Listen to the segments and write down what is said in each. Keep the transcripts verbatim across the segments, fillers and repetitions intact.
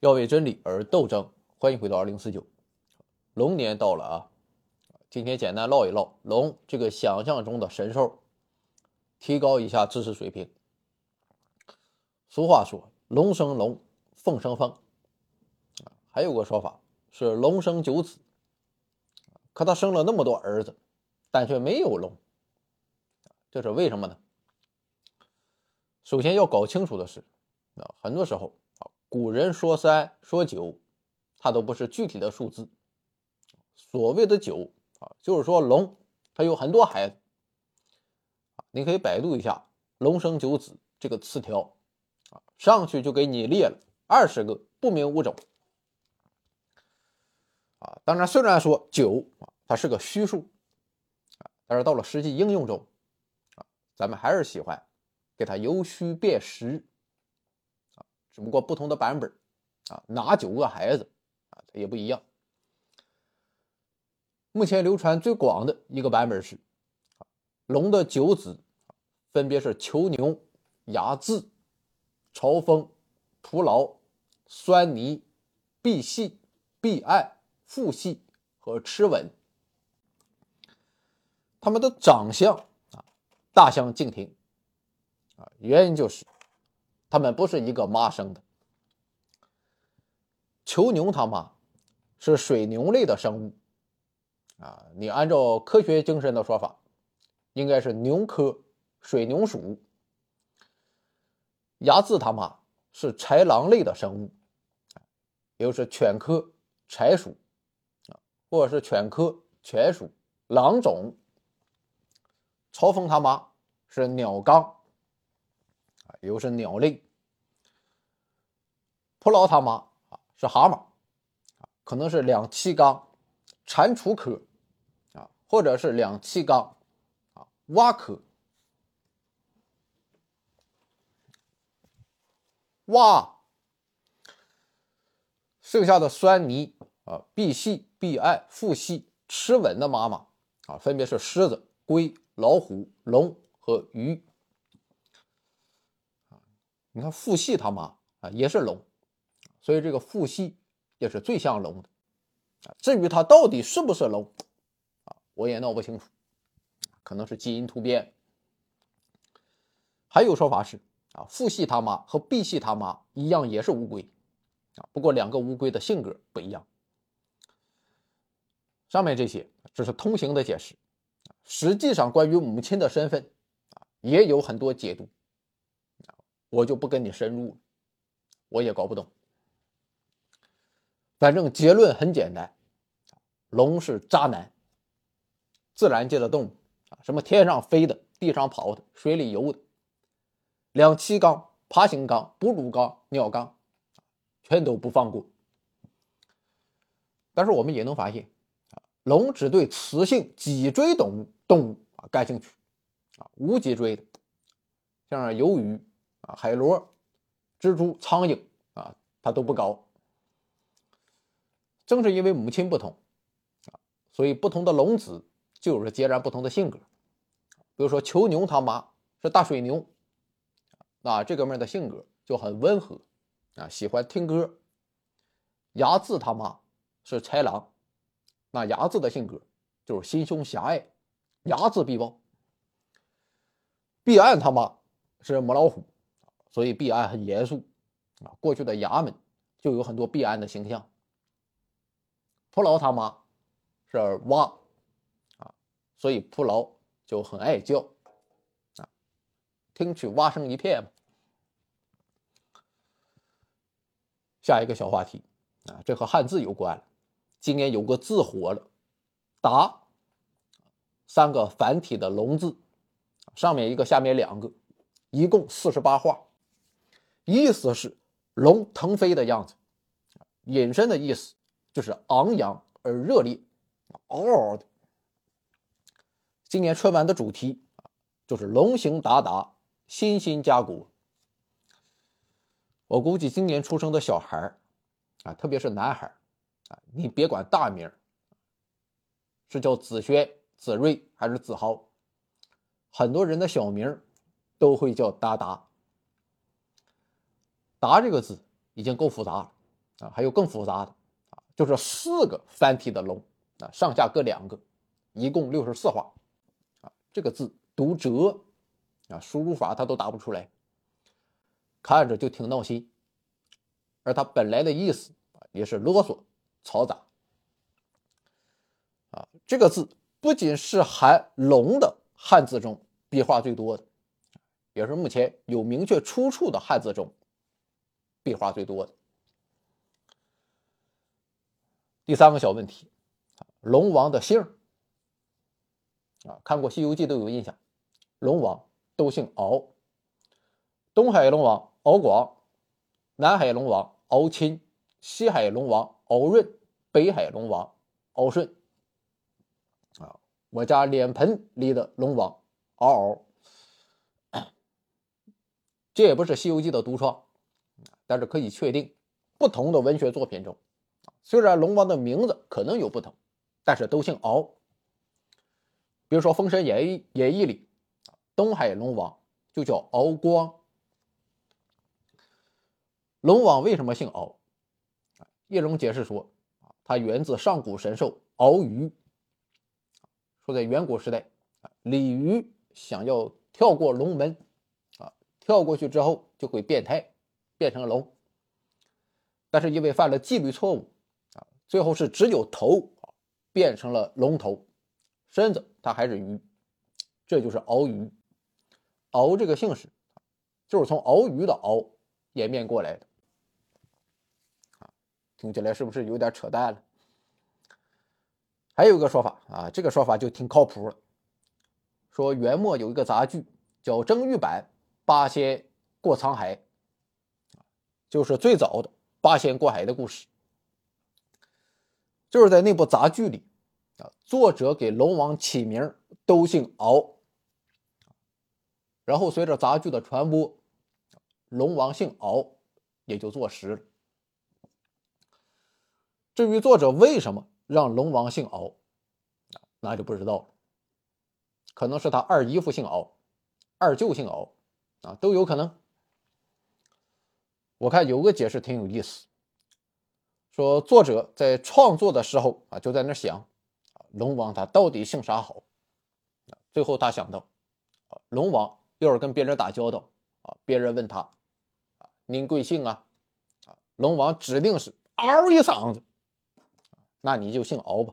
要为真理而斗争。欢迎回到二零四九。龙年到了啊，今天简单唠一唠龙这个想象中的神兽，提高一下知识水平。俗话说龙生龙，凤生凤，还有个说法是龙生九子，可他生了那么多儿子，但却没有龙，这是为什么呢？首先要搞清楚的是，很多时候古人说三说九，它都不是具体的数字。所谓的九啊，就是说龙它有很多孩子。你可以百度一下龙生九子这个词条，上去就给你列了二十个不明物种。啊，当然虽然说九它是个虚数，但是到了实际应用中，咱们还是喜欢给它由虚变实。只不过不同的版本啊，哪九个孩子啊，它也不一样。目前流传最广的一个版本是，龙的九子分别是囚牛、牙眦、朝风、蒲牢、酸泥、荸荠、荸艾、复系和螭吻。它们的长相啊大相径庭啊，原因就是它们不是一个妈生的。囚牛他妈是水牛类的生物啊，你按照科学精神的说法，应该是牛科水牛属。牙眦他妈是豺狼类的生物，也就是犬科豺属，或者是犬科犬属狼种。朝风他妈是鸟纲，也就是鸟类。蒲牢他妈是蛤蟆，可能是两栖纲蟾蜍科，或者是两栖纲蛙科。蛙，剩下的酸泥啊、荸荠、荸艾、复系、螭吻的妈妈啊，分别是狮子、龟、老虎、龙和鱼。你看复系他妈啊也是龙，所以这个复系也是最像龙的。至于它到底是不是龙啊，我也闹不清楚，可能是基因突变。还有说法是啊，复系他妈和荸系他妈一样也是乌龟啊，不过两个乌龟的性格不一样。上面这些只是通行的解释，实际上关于母亲的身份也有很多解读，我就不跟你深入了，我也搞不懂。反正结论很简单，龙是渣男。自然界的动物什么天上飞的、地上跑的、水里游的，两栖纲、爬行纲、哺乳纲、鸟纲，全都不放过。但是我们也能发现，龙只对雌性脊椎动物动物啊感兴趣啊，无脊椎的，像鱿鱼啊、海螺、蜘蛛、苍蝇啊，它都不搞。正是因为母亲不同啊，所以不同的龙子就有着截然不同的性格。比如说囚牛他妈是大水牛，那这哥们的性格就很温和啊，喜欢听歌。牙眦他妈是豺狼，那牙眦的性格就是心胸狭隘，睚眦必报。荸艾他妈是母老虎，所以荸艾很严肃啊，过去的衙门就有很多荸艾的形象。蒲牢他妈是蛙啊，所以蒲牢就很爱叫啊，听取蛙声一片嘛。下一个小话题啊，这和汉字有关了。今年有个字火了，达，三个繁体的龙字，上面一个下面两个，一共四十八画，意思是龙腾飞的样子，引申的意思就是昂扬而热烈，嗷嗷的。今年春晚的主题就是龙行达达，欣欣家国。我估计今年出生的小孩啊，特别是男孩啊，你别管大名是叫子轩、子睿还是子豪，很多人的小名都会叫达达。达这个字已经够复杂了啊，还有更复杂的啊，就是四个繁体的龙啊，上下各两个，一共六十四画啊。这个字读折啊，输入法它都打不出来，看着就挺闹心。而它本来的意思也是啰嗦嘈杂啊。这个字不仅是含龙的汉字中笔画最多的，也是目前有明确出处的汉字中笔画最多的。第三个小问题，龙王的姓啊，看过《西游记》都有印象，龙王都姓敖，东海龙王敖广，南海龙王敖钦，西海龙王敖润，北海龙王敖顺啊。我家脸盆里的龙王嗷嗷，这也不是《西游记》的独创，但是可以确定，不同的文学作品中，虽然龙王的名字可能有不同，但是都姓敖。比如说《封神演义》演义里，东海龙王就叫敖光。龙王为什么姓敖？叶荣解释说，他源自上古神兽敖鱼。说在远古时代，鲤鱼想要跳过龙门啊，跳过去之后就会变态，变成龙。但是因为犯了纪律错误啊，最后是只有头变成了龙头，身子它还是鱼，这就是敖鱼。敖这个姓氏就是从敖鱼的敖演变过来的啊，听起来是不是有点扯淡了？还有一个说法啊，这个说法就挺靠谱了，说元末有一个杂剧叫《征玉版八仙过沧海》，就是最早的八仙过海的故事。就是在那部杂剧里啊，作者给龙王起名都姓敖，然后随着杂剧的传播，龙王姓敖也就坐实了。至于作者为什么让龙王姓敖，那就不知道了，可能是他二姨夫姓敖，二舅姓敖啊，都有可能。我看有个解释挺有意思，说作者在创作的时候啊，就在那想龙王他到底姓啥好。最后他想到，龙王要是跟别人打交道啊，别人问他您贵姓啊，龙王指定是嗷一嗓子，那你就姓敖吧。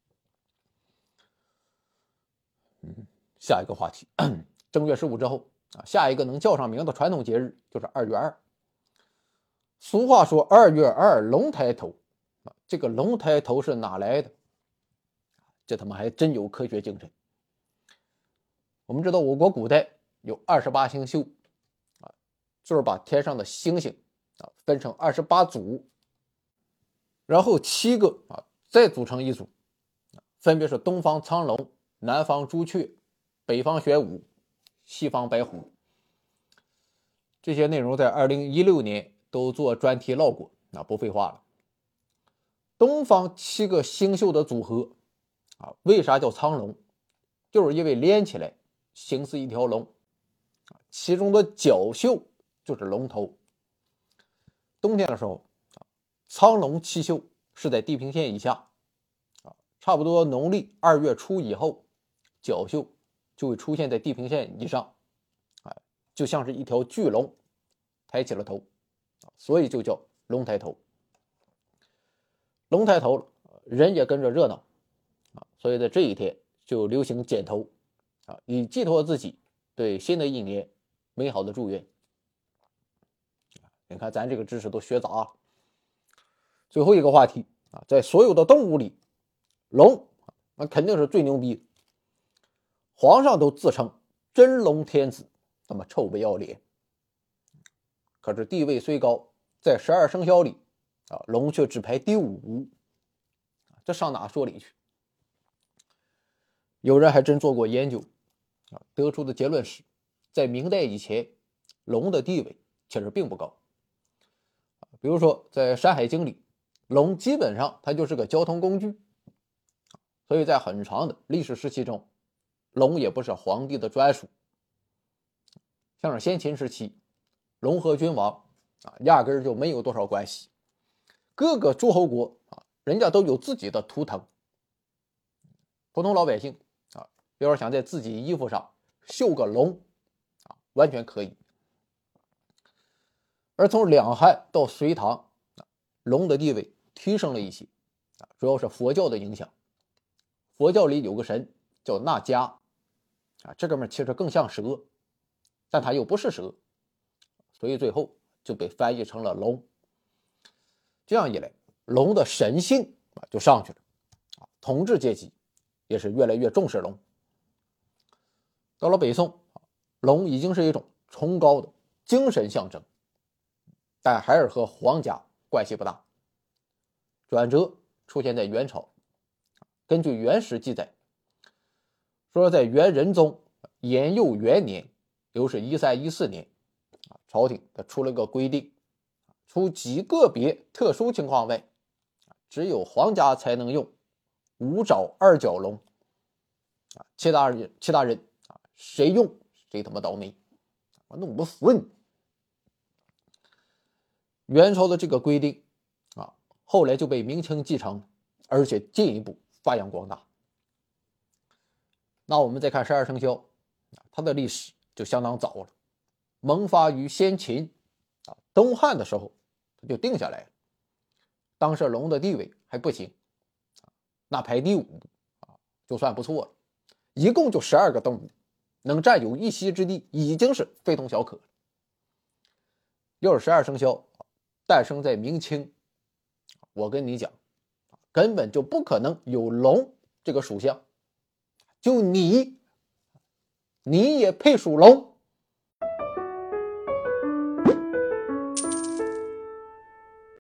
嗯，下一个话题，正月十五之后啊，下一个能叫上名的传统节日就是二月二。俗话说二月二龙抬头啊，这个龙抬头是哪来的？这他妈还真有科学精神。我们知道我国古代有二十八星宿啊，就是把天上的星星啊分成二十八组，然后七个啊再组成一组，分别是东方苍龙、南方朱雀、北方玄武、西方白虎。这些内容在二零一六年都做专题唠过，那不废话了。东方七个星宿的组合啊，为啥叫苍龙？就是因为连起来形似一条龙，其中的角宿就是龙头。冬天的时候，苍龙七宿是在地平线以下，差不多农历二月初以后，角宿就会出现在地平线以上，就像是一条巨龙抬起了头，所以就叫龙抬头。龙抬头了，人也跟着热闹，所以在这一天就流行剪头，以寄托自己对新的一年美好的祝愿。你看咱这个知识都学杂了。最后一个话题啊，在所有的动物里，龙那肯定是最牛逼的，皇上都自称真龙天子，那么臭不要脸。可是地位虽高，在十二生肖里啊，龙却只排第五，这上哪说理去？有人还真做过研究啊，得出的结论是，在明代以前，龙的地位其实并不高。比如说在《山海经》里，龙基本上它就是个交通工具，所以在很长的历史时期中，龙也不是皇帝的专属。像是先秦时期，龙和君王啊，压根儿就没有多少关系， 各个诸侯国啊，人家都有自己的图腾。普通老百姓啊，要是想在自己衣服上绣个龙啊，完全可以。而从两汉到隋唐，龙的地位提升了一些，主要是佛教的影响。佛教里有个神叫那迦啊，这哥们其实更像蛇，但他又不是蛇，所以最后就被翻译成了龙。这样一来，龙的神性啊就上去了，统治阶级也是越来越重视龙。到了北宋，龙已经是一种崇高的精神象征，但还是和皇家关系不大。转折出现在元朝，根据元史记载，说在元仁宗延佑元年，又是一三一四年，朝廷它出了个规定，除极个别特殊情况外，只有皇家才能用五爪二角龙，其他人其他人谁用谁他妈倒霉，我弄不死你。元朝的这个规定啊，后来就被明清继承，而且进一步发扬光大。那我们再看十二生肖，它的历史就相当早了，萌发于先秦啊，东汉的时候它就定下来了。当时龙的地位还不行，那排第五啊，就算不错了。一共就十二个动物，能占有一席之地，已经是非同小可了。要是十二生肖诞生在明清，我跟你讲，根本就不可能有龙这个属相，就你，你也配属龙。